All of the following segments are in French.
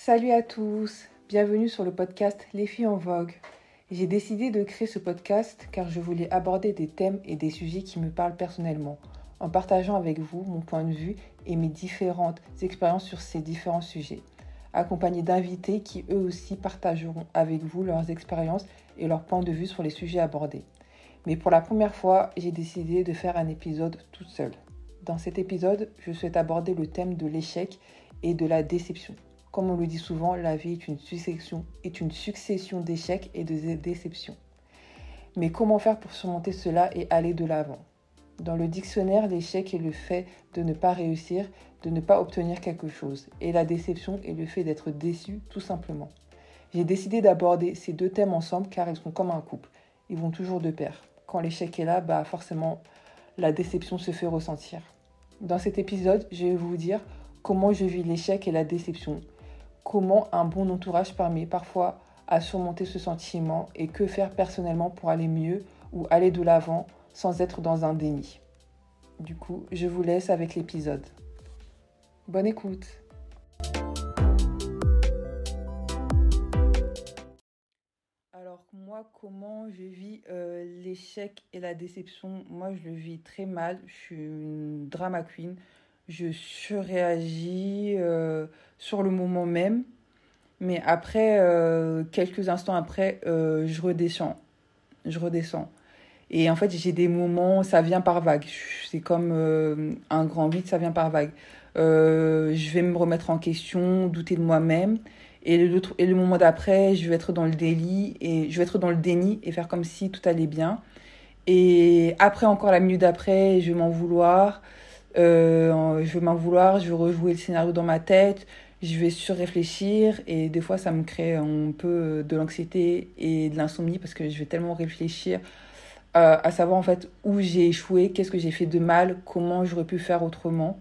Salut à tous, bienvenue sur le podcast Les filles en vogue. J'ai décidé de créer ce podcast car je voulais aborder des thèmes et des sujets qui me parlent personnellement, en partageant avec vous mon point de vue et mes différentes expériences sur ces différents sujets, accompagnés d'invités qui eux aussi partageront avec vous leurs expériences et leurs points de vue sur les sujets abordés. Mais pour la première fois, j'ai décidé de faire un épisode toute seule. Dans cet épisode, je souhaite aborder le thème de l'échec et de la déception. Comme on le dit souvent, la vie est une succession d'échecs et de déceptions. Mais comment faire pour surmonter cela et aller de l'avant ? Dans le dictionnaire, l'échec est le fait de ne pas réussir, de ne pas obtenir quelque chose. Et la déception est le fait d'être déçu, tout simplement. J'ai décidé d'aborder ces deux thèmes ensemble car ils sont comme un couple. Ils vont toujours de pair. Quand l'échec est là, forcément, la déception se fait ressentir. Dans cet épisode, je vais vous dire comment je vis l'échec et la déception. Comment un bon entourage permet parfois à surmonter ce sentiment et que faire personnellement pour aller mieux ou aller de l'avant sans être dans un déni. Du coup, je vous laisse avec l'épisode. Bonne écoute. Alors moi, comment je vis l'échec et la déception ? Moi, je le vis très mal. Je suis une drama queen. Je surréagis sur le moment même. Mais après, quelques instants après, je redescends. Et en fait, j'ai des moments, ça vient par vague. C'est comme un grand vide, ça vient par vague. Je vais me remettre en question, douter de moi-même. Et le moment d'après, je vais être dans le déni et faire comme si tout allait bien. Et après, encore la minute d'après, je vais m'en vouloir. Je vais rejouer le scénario dans ma tête. Je vais surréfléchir et des fois, ça me crée un peu de l'anxiété et de l'insomnie parce que je vais tellement réfléchir à savoir en fait où j'ai échoué, qu'est-ce que j'ai fait de mal, comment j'aurais pu faire autrement.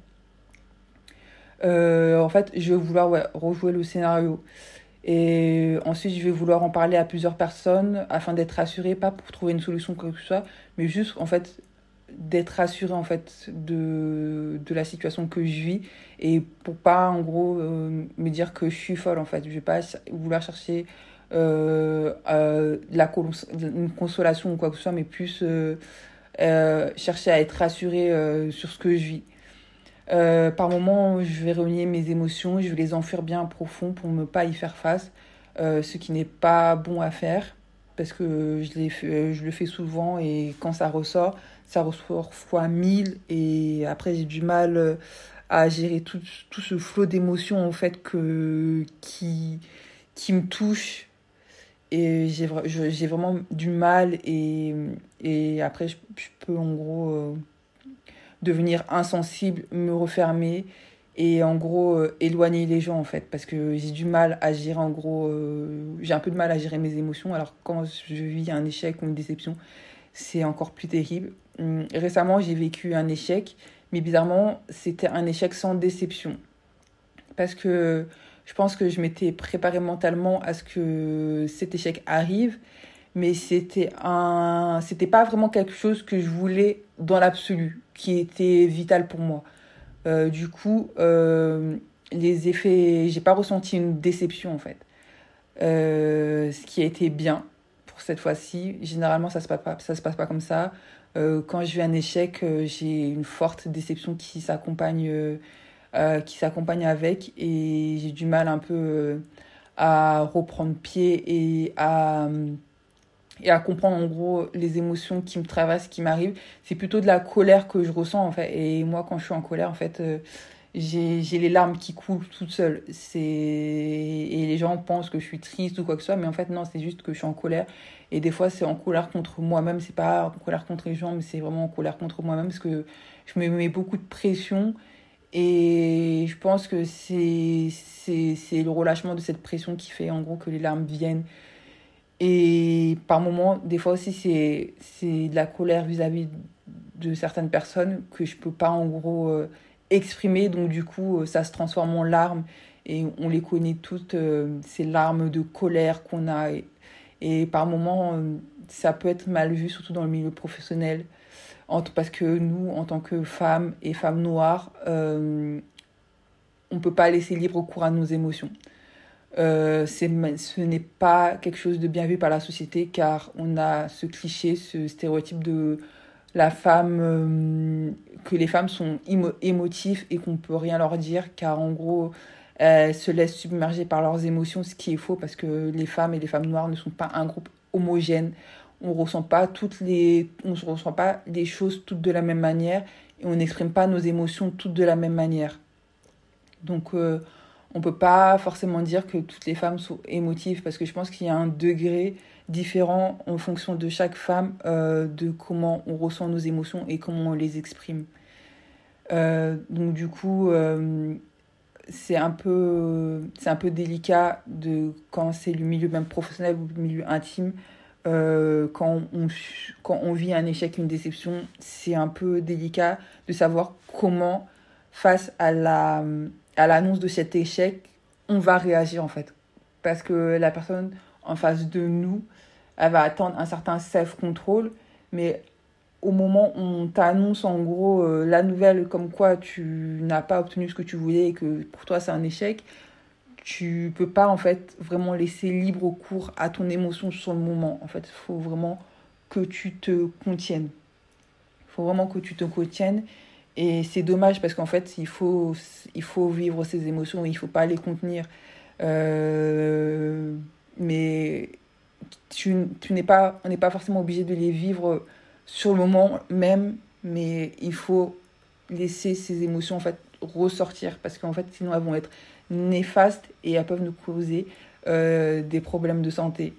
En fait, je vais vouloir rejouer le scénario. Et ensuite, je vais vouloir en parler à plusieurs personnes afin d'être rassurée, pas pour trouver une solution quoi que ce soit, mais juste en fait d'être rassurée en fait de la situation que je vis et pour pas en gros me dire que je suis folle en fait. Je vais pas vouloir chercher une consolation ou quoi que ce soit, mais plus chercher à être rassurée sur ce que je vis. Par moments, je vais réunir mes émotions, je vais les enfuir bien profond pour ne pas y faire face, ce qui n'est pas bon à faire, parce que je le fais souvent et quand ça ressort fois 1000 et après j'ai du mal à gérer tout ce flot d'émotions en fait qui me touche et j'ai vraiment du mal et après je peux en gros devenir insensible, me refermer et en gros éloigner les gens en fait parce que j'ai du mal à gérer en gros j'ai un peu de mal à gérer mes émotions alors quand je vis un échec ou une déception c'est encore plus terrible. Récemment j'ai vécu un échec mais bizarrement c'était un échec sans déception parce que je pense que je m'étais préparée mentalement à ce que cet échec arrive mais c'était pas vraiment quelque chose que je voulais dans l'absolu, qui était vital pour moi. Du coup, les effets, j'ai pas ressenti une déception en fait. Ce qui a été bien pour cette fois-ci. Généralement, ça se passe pas comme ça. Quand je vis un échec, j'ai une forte déception qui s'accompagne avec et j'ai du mal un peu à reprendre pied et à comprendre en gros les émotions qui me traversent, qui m'arrivent. C'est plutôt de la colère que je ressens en fait. Et moi quand je suis en colère en fait, j'ai les larmes qui coulent toute seule. Et les gens pensent que je suis triste ou quoi que ce soit, mais en fait non, c'est juste que je suis en colère. Et des fois c'est en colère contre moi-même, c'est pas en colère contre les gens, mais c'est vraiment en colère contre moi-même parce que je me mets beaucoup de pression. Et je pense que c'est le relâchement de cette pression qui fait en gros que les larmes viennent. Et par moments, des fois aussi, c'est de la colère vis-à-vis de certaines personnes que je peux pas en gros exprimer. Donc du coup, ça se transforme en larmes. Et on les connaît toutes, ces larmes de colère qu'on a. Et par moments, ça peut être mal vu, surtout dans le milieu professionnel. Parce que nous, en tant que femmes et femmes noires, on peut pas laisser libre cours à nos émotions. Ce n'est pas quelque chose de bien vu par la société car on a ce cliché, ce stéréotype de la femme, que les femmes sont émotives et qu'on peut rien leur dire car en gros elles se laissent submerger par leurs émotions, ce qui est faux parce que les femmes et les femmes noires ne sont pas un groupe homogène. On ne ressent pas les choses toutes de la même manière et on n'exprime pas nos émotions toutes de la même manière. Donc on peut pas forcément dire que toutes les femmes sont émotives parce que je pense qu'il y a un degré différent en fonction de chaque femme de comment on ressent nos émotions et comment on les exprime. Donc du coup, c'est un peu délicat quand c'est le milieu même professionnel ou le milieu intime. Quand on vit un échec, une déception, c'est un peu délicat de savoir comment, face à l'annonce de cet échec, on va réagir en fait. Parce que la personne en face de nous, elle va attendre un certain self-control, mais au moment où on t'annonce en gros la nouvelle comme quoi tu n'as pas obtenu ce que tu voulais et que pour toi c'est un échec, tu peux pas en fait vraiment laisser libre cours à ton émotion sur le moment. En fait, il faut vraiment que tu te contiennes. Il faut vraiment que tu te contiennes. Et c'est dommage parce qu'en fait, il faut vivre ses émotions, il faut pas les contenir. Mais on n'est pas forcément obligé de les vivre sur le moment même, mais il faut laisser ces émotions en fait ressortir parce qu'en fait sinon elles vont être néfastes et elles peuvent nous causer des problèmes de santé.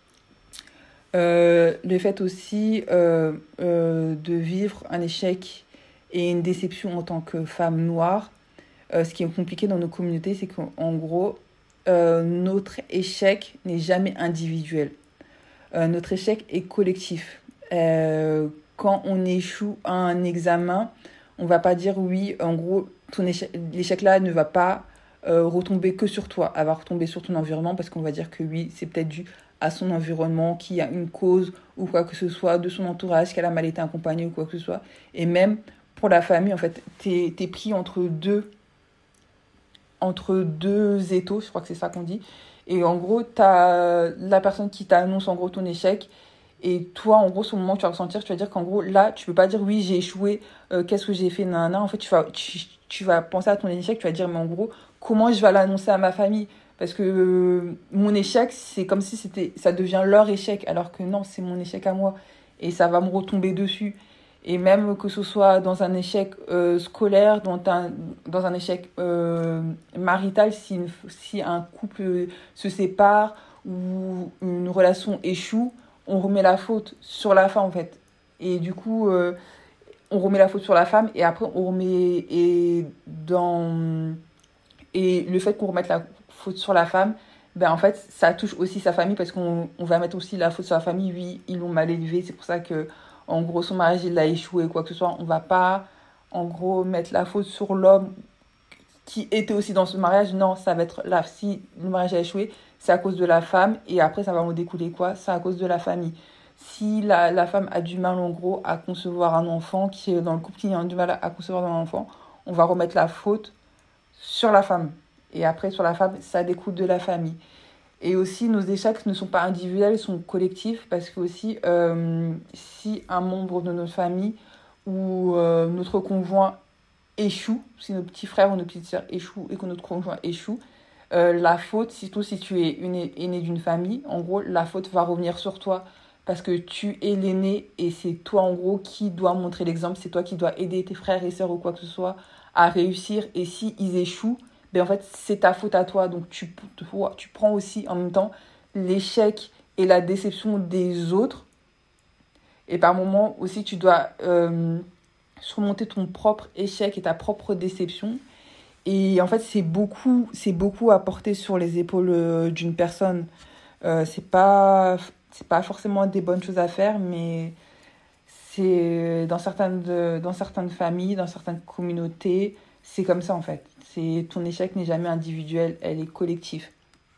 Le fait aussi de vivre un échec et une déception en tant que femme noire, ce qui est compliqué dans nos communautés, c'est qu'en gros, notre échec n'est jamais individuel. Notre échec est collectif. Quand on échoue à un examen, on va pas dire oui, en gros, l'échec là ne va pas retomber que sur toi. Elle va retomber sur ton environnement parce qu'on va dire que oui, c'est peut-être dû à son environnement, qu'il y a une cause ou quoi que ce soit, de son entourage, qu'elle a mal été accompagnée ou quoi que ce soit. Et même pour la famille, en fait, t'es pris entre deux étaux, je crois que c'est ça qu'on dit. Et en gros, t'as la personne qui t'annonce en gros ton échec. Et toi, en gros, sur le moment, tu vas ressentir, tu vas dire qu'en gros, là, tu peux pas dire oui, j'ai échoué, qu'est-ce que j'ai fait, nanana. En fait, tu vas penser à ton échec, tu vas dire, mais en gros, comment je vais l'annoncer à ma famille? Parce que mon échec, c'est comme si ça devient leur échec, alors que non, c'est mon échec à moi. Et ça va me retomber dessus. Et même que ce soit dans un échec scolaire, dans un échec marital, si un couple se sépare ou une relation échoue, on remet la faute sur la femme en fait. Et du coup, on remet la faute sur la femme et après on remet et le fait qu'on remette la faute sur la femme, ben en fait ça touche aussi sa famille parce qu'on va mettre aussi la faute sur la famille. Oui, ils l'ont mal élevé, c'est pour ça que en gros son mariage il a échoué quoi que ce soit. On va pas en gros mettre la faute sur l'homme qui était aussi dans ce mariage. Non, ça va être là, si le mariage a échoué, c'est à cause de la femme et après ça va en découler quoi, c'est à cause de la famille. Si la femme a du mal en gros à concevoir un enfant, qui est dans le couple qui a du mal à concevoir un enfant, on va remettre la faute sur la femme. Et après, sur la femme, ça découle de la famille. Et aussi, nos échecs ne sont pas individuels, ils sont collectifs, parce que aussi, si un membre de notre famille ou notre conjoint échoue, si nos petits frères ou nos petites sœurs échouent et que notre conjoint échoue, la faute, surtout si tu es aîné d'une famille, en gros, la faute va revenir sur toi. Parce que tu es l'aîné et c'est toi, en gros, qui dois montrer l'exemple. C'est toi qui dois aider tes frères et sœurs ou quoi que ce soit à réussir. Et si ils échouent, ben en fait, c'est ta faute à toi. Donc, tu prends aussi en même temps l'échec et la déception des autres. Et par moments aussi, tu dois surmonter ton propre échec et ta propre déception. Et en fait, c'est beaucoup à porter sur les épaules d'une personne. C'est pas forcément des bonnes choses à faire, mais c'est dans certaines familles, dans certaines communautés, c'est comme ça en fait. Ton échec n'est jamais individuel, elle est collective.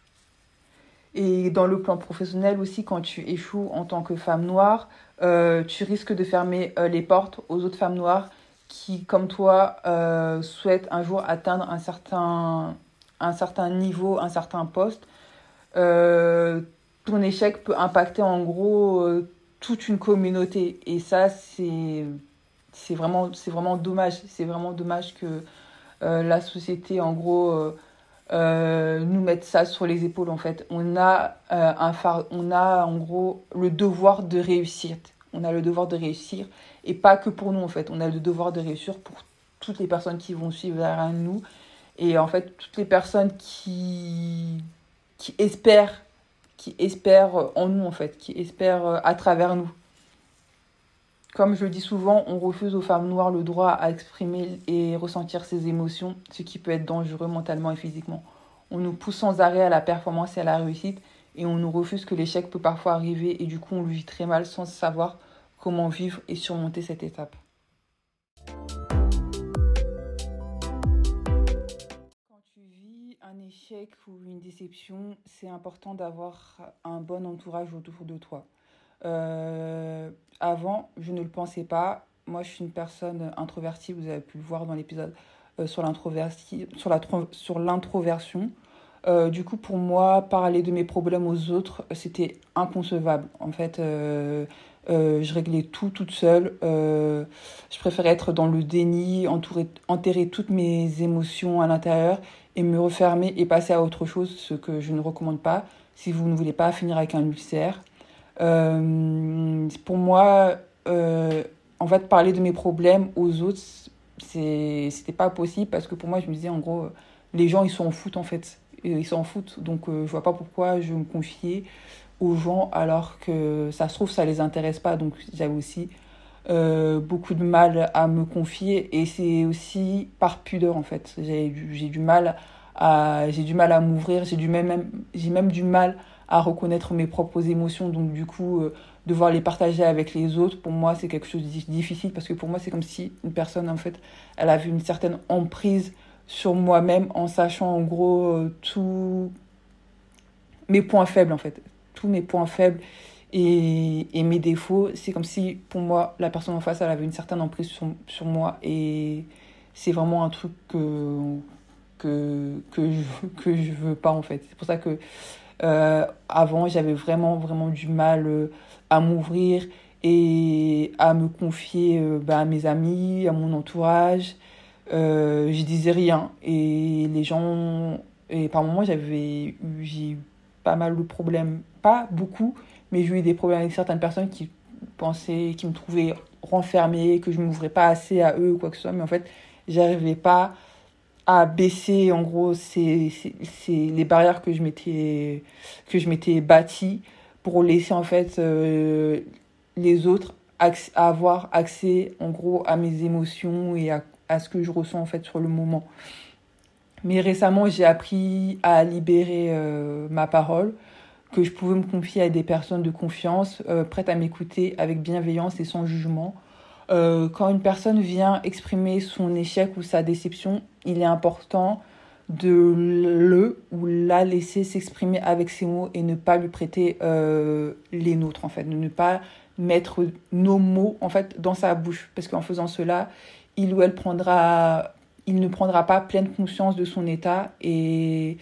Et dans le plan professionnel aussi, quand tu échoues en tant que femme noire, tu risques de fermer les portes aux autres femmes noires qui, comme toi, souhaitent un jour atteindre un certain niveau, un certain poste, euh, ton échec peut impacter en gros toute une communauté. Et ça, c'est vraiment dommage. C'est vraiment dommage que la société, en gros, nous mette ça sur les épaules, en fait. On a, en gros, le devoir de réussir. On a le devoir de réussir. Et pas que pour nous, en fait. On a le devoir de réussir pour toutes les personnes qui vont suivre derrière nous. Et en fait, toutes les personnes qui espèrent, qui espèrent en nous, en fait, qui espèrent à travers nous. Comme je le dis souvent, on refuse aux femmes noires le droit à exprimer et ressentir ses émotions, ce qui peut être dangereux mentalement et physiquement. On nous pousse sans arrêt à la performance et à la réussite, et on nous refuse que l'échec peut parfois arriver, et du coup on le vit très mal sans savoir comment vivre et surmonter cette étape. Quand tu vis un échec ou une déception, c'est important d'avoir un bon entourage autour de toi. Euh, Avant, je ne le pensais pas. Moi, je suis une personne introvertie. Vous avez pu le voir dans l'épisode sur l'introversion. Du coup, pour moi, parler de mes problèmes aux autres, c'était inconcevable. En fait, je réglais tout toute seule. Je préférais être dans le déni, enterrer toutes mes émotions à l'intérieur et me refermer et passer à autre chose, ce que je ne recommande pas si vous ne voulez pas finir avec un ulcère. Pour moi, en fait, parler de mes problèmes aux autres, c'était pas possible parce que pour moi, je me disais en gros, les gens ils s'en foutent en fait. Ils s'en foutent. Donc, je vois pas pourquoi je me confiais aux gens alors que ça se trouve, ça les intéresse pas. Donc, j'avais aussi beaucoup de mal à me confier et c'est aussi par pudeur en fait. J'ai du mal à m'ouvrir, j'ai même du mal à reconnaître mes propres émotions. Donc du coup, devoir les partager avec les autres, pour moi, c'est quelque chose de difficile parce que pour moi, c'est comme si une personne, en fait, elle avait une certaine emprise sur moi-même en sachant en gros tous mes points faibles, en fait. Tous mes points faibles et mes défauts. C'est comme si, pour moi, la personne en face, elle avait une certaine emprise sur moi et c'est vraiment un truc que je veux pas, en fait. C'est pour ça que avant, j'avais vraiment du mal à m'ouvrir et à me confier à mes amis, à mon entourage. Je disais rien. Et les gens... Et par moments, j'ai eu pas mal de problèmes. Pas beaucoup, mais j'ai eu des problèmes avec certaines personnes qui me trouvaient renfermée, que je ne m'ouvrais pas assez à eux ou quoi que ce soit. Mais en fait, j'arrivais pas à baisser en gros c'est les barrières que je m'étais bâties pour laisser en fait les autres avoir accès en gros à mes émotions et à ce que je ressens en fait sur le moment. Mais récemment, j'ai appris à libérer ma parole, que je pouvais me confier à des personnes de confiance, prêtes à m'écouter avec bienveillance et sans jugement. Quand une personne vient exprimer son échec ou sa déception, il est important de le ou la laisser s'exprimer avec ses mots et ne pas lui prêter les nôtres, en fait. Ne pas mettre nos mots, en fait, dans sa bouche. Parce qu'en faisant cela, il ne prendra pas pleine conscience de son état et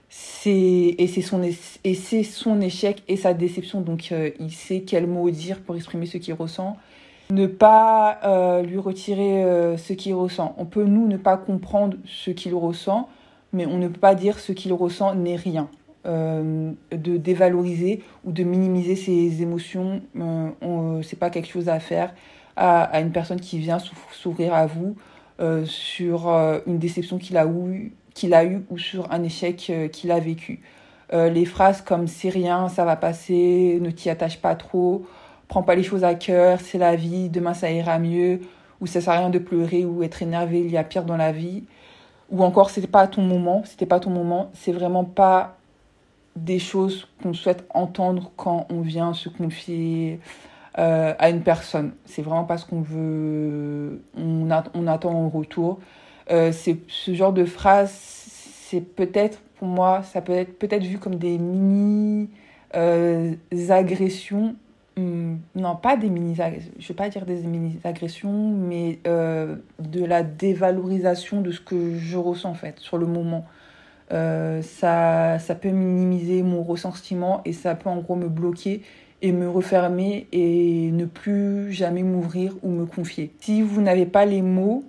c'est son échec et sa déception. Donc, il sait quel mot dire pour exprimer ce qu'il ressent. Ne pas lui retirer ce qu'il ressent. On peut, nous, ne pas comprendre ce qu'il ressent, mais on ne peut pas dire ce qu'il ressent n'est rien. De dévaloriser ou de minimiser ses émotions, c'est pas quelque chose à faire à une personne qui vient s'ouvrir à vous sur une déception qu'il a eu ou sur un échec qu'il a vécu. Les phrases comme c'est rien, ça va passer, ne t'y attache pas trop, prends pas les choses à cœur, c'est la vie, demain ça ira mieux, ou ça sert à rien de pleurer ou être énervé, il y a pire dans la vie, ou encore c'était pas ton moment, c'est vraiment pas des choses qu'on souhaite entendre quand on vient se confier à une personne. C'est vraiment pas ce qu'on veut, on attend en retour. C'est ce genre de phrase, c'est peut-être pour moi, ça peut être peut-être vu comme des mini agressions. Non, pas des mini-agressions, je ne vais pas dire des mini-agressions, mais de la dévalorisation de ce que je ressens en fait sur le moment. Ça peut minimiser mon ressentiment et ça peut en gros me bloquer et me refermer et ne plus jamais m'ouvrir ou me confier. Si vous n'avez pas les mots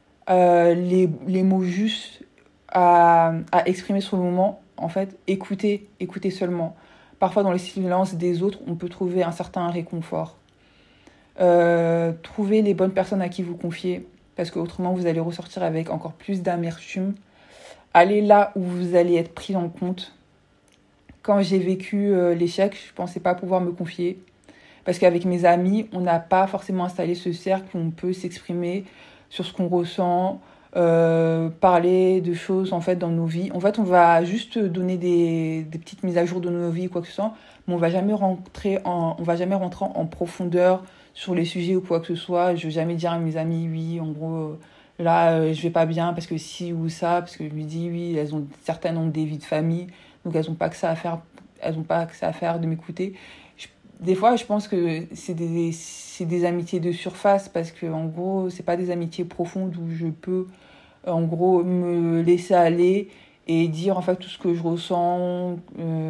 justes à exprimer sur le moment, en fait, écoutez seulement. Parfois, dans les silences des autres, on peut trouver un certain réconfort. Trouvez les bonnes personnes à qui vous confier, parce qu'autrement, vous allez ressortir avec encore plus d'amertume. Allez là où vous allez être pris en compte. Quand j'ai vécu l'échec, je ne pensais pas pouvoir me confier. Parce qu'avec mes amis, on n'a pas forcément installé ce cercle où on peut s'exprimer sur ce qu'on ressent, parler de choses en fait dans nos vies. En fait, on va juste donner des petites mises à jour de nos vies, quoi que ce soit, mais on va jamais rentrer en profondeur sur les sujets ou quoi que ce soit. Je vais jamais dire à mes amis, oui, en gros, là, je vais pas bien parce que si ou ça, parce que je lui dis, oui, certaines ont des vies de famille, donc elles n'ont pas que ça à faire de m'écouter. Des fois, je pense que c'est des amitiés de surface parce que, en gros, c'est pas des amitiés profondes où je peux, en gros, me laisser aller et dire, en fait, tout ce que je ressens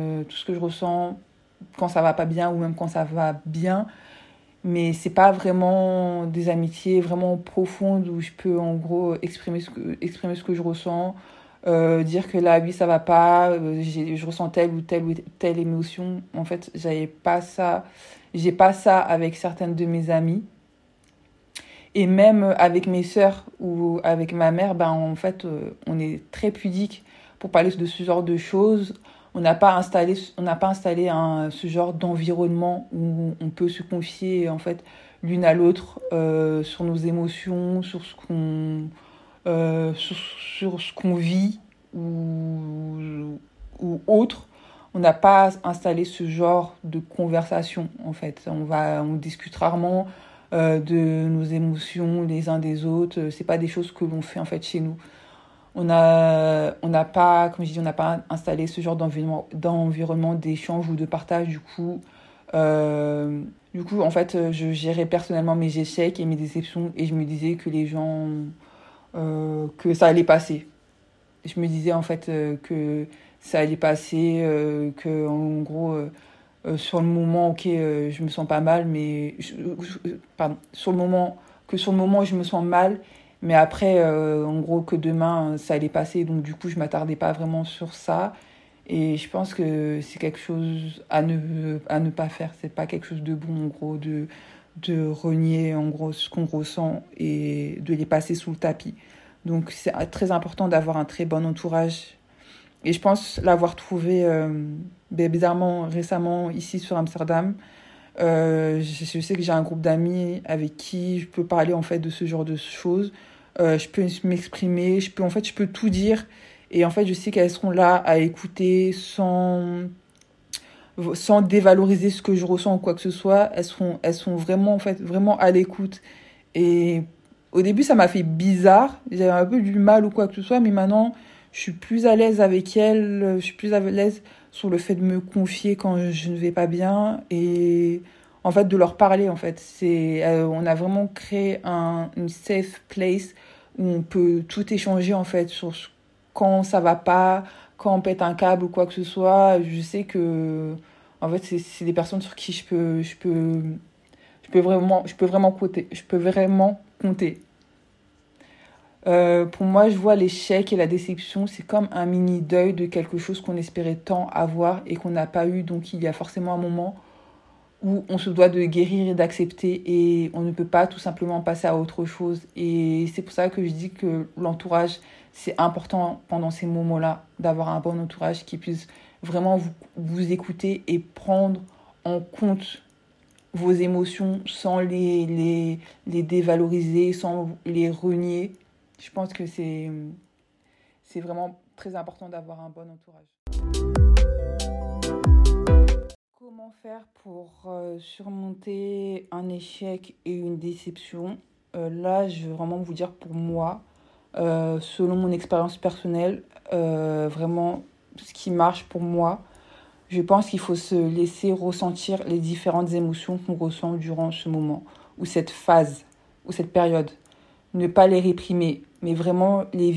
quand ça va pas bien ou même quand ça va bien. Mais c'est pas vraiment des amitiés vraiment profondes où je peux, en gros, exprimer ce que je ressens. Dire que là, oui, ça va pas, je ressens telle ou telle émotion. En fait, j'ai pas ça avec certaines de mes amies. Et même avec mes sœurs ou avec ma mère, en fait, on est très pudique pour parler de ce genre de choses. On n'a pas installé ce genre d'environnement où on peut se confier, en fait, l'une à l'autre sur nos émotions, sur ce qu'on vit ou autre. On n'a pas installé ce genre de conversation, en fait. On discute rarement de nos émotions les uns des autres. C'est pas des choses que l'on fait, en fait, chez nous. On n'a pas, comme je dis, on n'a pas installé ce genre d'environnement d'échange ou de partage. Du coup, en fait, je gérais personnellement mes échecs et mes déceptions et je me disais que les gens que ça allait passer. Je me disais en fait que ça allait passer, que en gros, sur le moment, ok, je me sens pas mal, mais sur le moment, je me sens mal, mais après, en gros, que demain, ça allait passer. Donc du coup, je m'attardais pas vraiment sur ça. Et je pense que c'est quelque chose à ne pas faire. C'est pas quelque chose de bon, en gros, de renier en gros ce qu'on ressent et de les passer sous le tapis. Donc c'est très important d'avoir un très bon entourage. Et je pense l'avoir trouvé bizarrement récemment ici sur Amsterdam. Je sais que j'ai un groupe d'amis avec qui je peux parler en fait de ce genre de choses. Je peux m'exprimer, je peux tout dire. Et en fait, je sais qu'elles seront là à écouter sans dévaloriser ce que je ressens ou quoi que ce soit. Elles sont vraiment, en fait, vraiment à l'écoute. Et au début, ça m'a fait bizarre. J'avais un peu du mal ou quoi que ce soit. Mais maintenant, je suis plus à l'aise avec elles. Je suis plus à l'aise sur le fait de me confier quand je ne vais pas bien. Et en fait, de leur parler, en fait. On a vraiment créé une safe place où on peut tout échanger, en fait, sur quand ça va pas, quand on pète un câble ou quoi que ce soit. Je sais que en fait c'est des personnes sur qui je peux vraiment compter. Pour moi, je vois l'échec et la déception, c'est comme un mini deuil de quelque chose qu'on espérait tant avoir et qu'on n'a pas eu. Donc il y a forcément un moment où on se doit de guérir et d'accepter et on ne peut pas tout simplement passer à autre chose. Et c'est pour ça que je dis que l'entourage, c'est important pendant ces moments-là, d'avoir un bon entourage qui puisse vraiment vous écouter et prendre en compte vos émotions sans les dévaloriser, sans les renier. Je pense que c'est vraiment très important d'avoir un bon entourage. Comment faire pour surmonter un échec et une déception ? Là, je vais vraiment vous dire pour moi, selon mon expérience personnelle, vraiment ce qui marche pour moi. Je pense qu'il faut se laisser ressentir les différentes émotions qu'on ressent durant ce moment, ou cette phase, ou cette période. Ne pas les réprimer, mais vraiment les vivre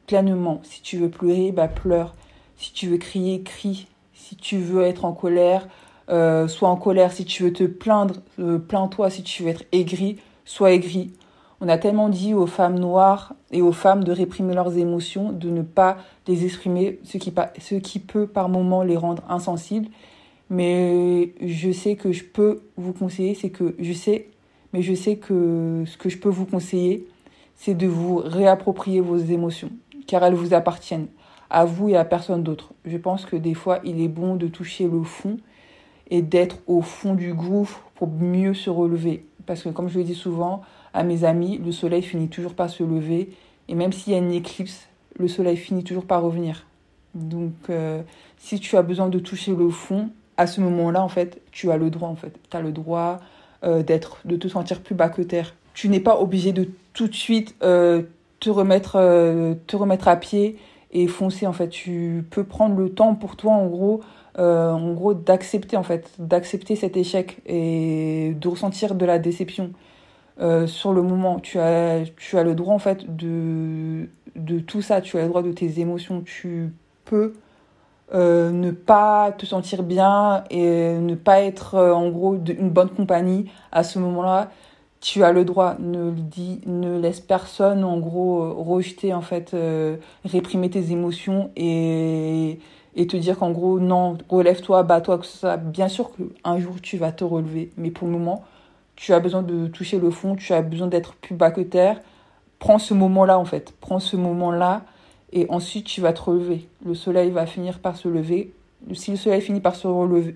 pleinement. Si tu veux pleurer, pleure. Si tu veux crier, crie. Si tu veux être en colère, sois en colère. Si tu veux te plaindre, plains-toi. Si tu veux être aigri, sois aigri. On a tellement dit aux femmes noires et aux femmes de réprimer leurs émotions, de ne pas les exprimer, ce qui peut par moments les rendre insensibles. Mais je sais que je peux vous conseiller, je sais que ce que je peux vous conseiller, c'est de vous réapproprier vos émotions, car elles vous appartiennent, à vous et à personne d'autre. Je pense que des fois, il est bon de toucher le fond et d'être au fond du gouffre pour mieux se relever. Parce que comme je le dis souvent à mes amis, le soleil finit toujours par se lever. Et même s'il y a une éclipse, le soleil finit toujours par revenir. Donc, si tu as besoin de toucher le fond, à ce moment-là, en fait, tu as le droit, en fait. Tu as le droit de te sentir plus bas que terre. Tu n'es pas obligé de tout de suite te remettre à pied et foncer, en fait. Tu peux prendre le temps pour toi, en gros, d'accepter cet échec et de ressentir de la déception. Sur le moment, tu as le droit, en fait, de tout ça. Tu as le droit de tes émotions. Tu peux ne pas te sentir bien et ne pas être, en gros, une bonne compagnie à ce moment-là. Tu as le droit, ne laisse personne, en gros, rejeter, en fait, réprimer tes émotions et te dire qu'en gros, non, relève-toi, bats-toi, que ça. Bien sûr qu'un jour, tu vas te relever, mais pour le moment, tu as besoin de toucher le fond, tu as besoin d'être plus bas que terre. Prends ce moment-là, en fait. Prends ce moment-là et ensuite, tu vas te relever. Le soleil va finir par se lever. Si le soleil finit par se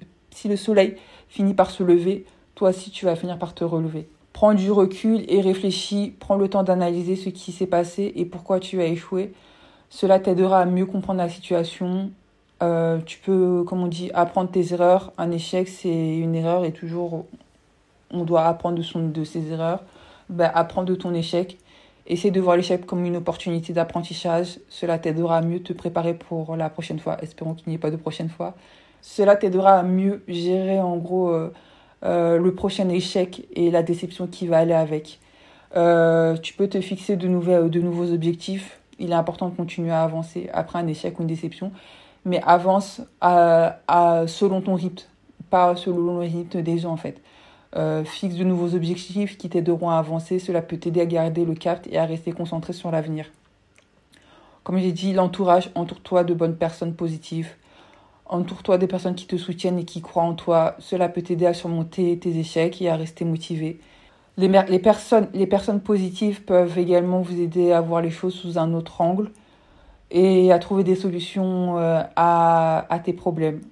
lever, toi aussi, tu vas finir par te relever. Prends du recul et réfléchis. Prends le temps d'analyser ce qui s'est passé et pourquoi tu as échoué. Cela t'aidera à mieux comprendre la situation. Tu peux, comme on dit, apprendre tes erreurs. Un échec, c'est une erreur et toujours, on doit apprendre de ses erreurs. Apprendre de ton échec. Essaie de voir l'échec comme une opportunité d'apprentissage. Cela t'aidera à mieux te préparer pour la prochaine fois. Espérons qu'il n'y ait pas de prochaine fois. Cela t'aidera à mieux gérer, en gros, le prochain échec et la déception qui va aller avec. Tu peux te fixer de nouveaux objectifs. Il est important de continuer à avancer après un échec ou une déception. Mais avance selon ton rythme, pas selon le rythme des gens, en fait. Fixe de nouveaux objectifs qui t'aideront à avancer. Cela peut t'aider à garder le cap et à rester concentré sur l'avenir. Comme j'ai dit, l'entourage, entoure-toi de bonnes personnes positives. Entoure-toi des personnes qui te soutiennent et qui croient en toi. Cela peut t'aider à surmonter tes échecs et à rester motivé. Les personnes positives peuvent également vous aider à voir les choses sous un autre angle et à trouver des solutions à tes problèmes.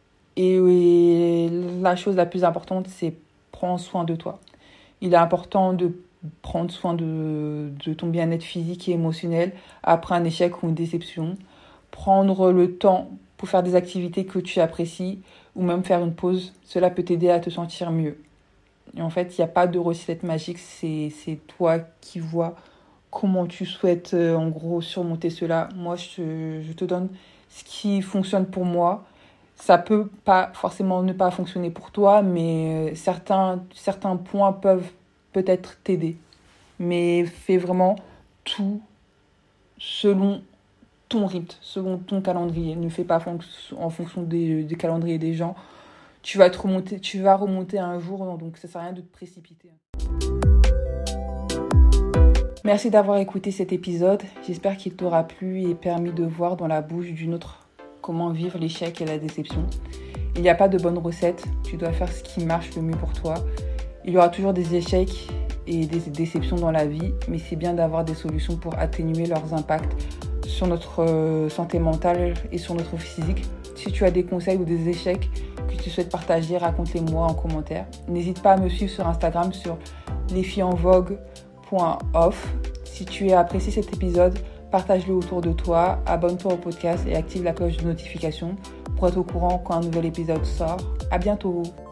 Et la chose la plus importante, c'est prends soin de toi. Il est important de prendre soin de ton bien-être physique et émotionnel après un échec ou une déception. Prendre le temps pour faire des activités que tu apprécies ou même faire une pause, cela peut t'aider à te sentir mieux. Et en fait, il n'y a pas de recette magique, c'est toi qui vois comment tu souhaites en gros surmonter cela. Moi, je te donne ce qui fonctionne pour moi. Ça peut pas forcément ne pas fonctionner pour toi, mais certains points peuvent peut-être t'aider. Mais fais vraiment tout selon ton rythme, selon ton calendrier. Ne fais pas en fonction des calendriers des gens. Tu vas remonter un jour, donc ça ne sert à rien de te précipiter. Merci d'avoir écouté cet épisode. J'espère qu'il t'aura plu et permis de voir dans la bouche d'une autre comment vivre l'échec et la déception. Il n'y a pas de bonne recette. Tu dois faire ce qui marche le mieux pour toi. Il y aura toujours des échecs et des déceptions dans la vie, mais c'est bien d'avoir des solutions pour atténuer leurs impacts sur notre santé mentale et sur notre physique. Si tu as des conseils ou des échecs que tu souhaites partager, raconte-les-moi en commentaire. N'hésite pas à me suivre sur Instagram sur lesfillesenvogue.off. Si tu as apprécié cet épisode, partage-le autour de toi, abonne-toi au podcast et active la cloche de notification pour être au courant quand un nouvel épisode sort. À bientôt!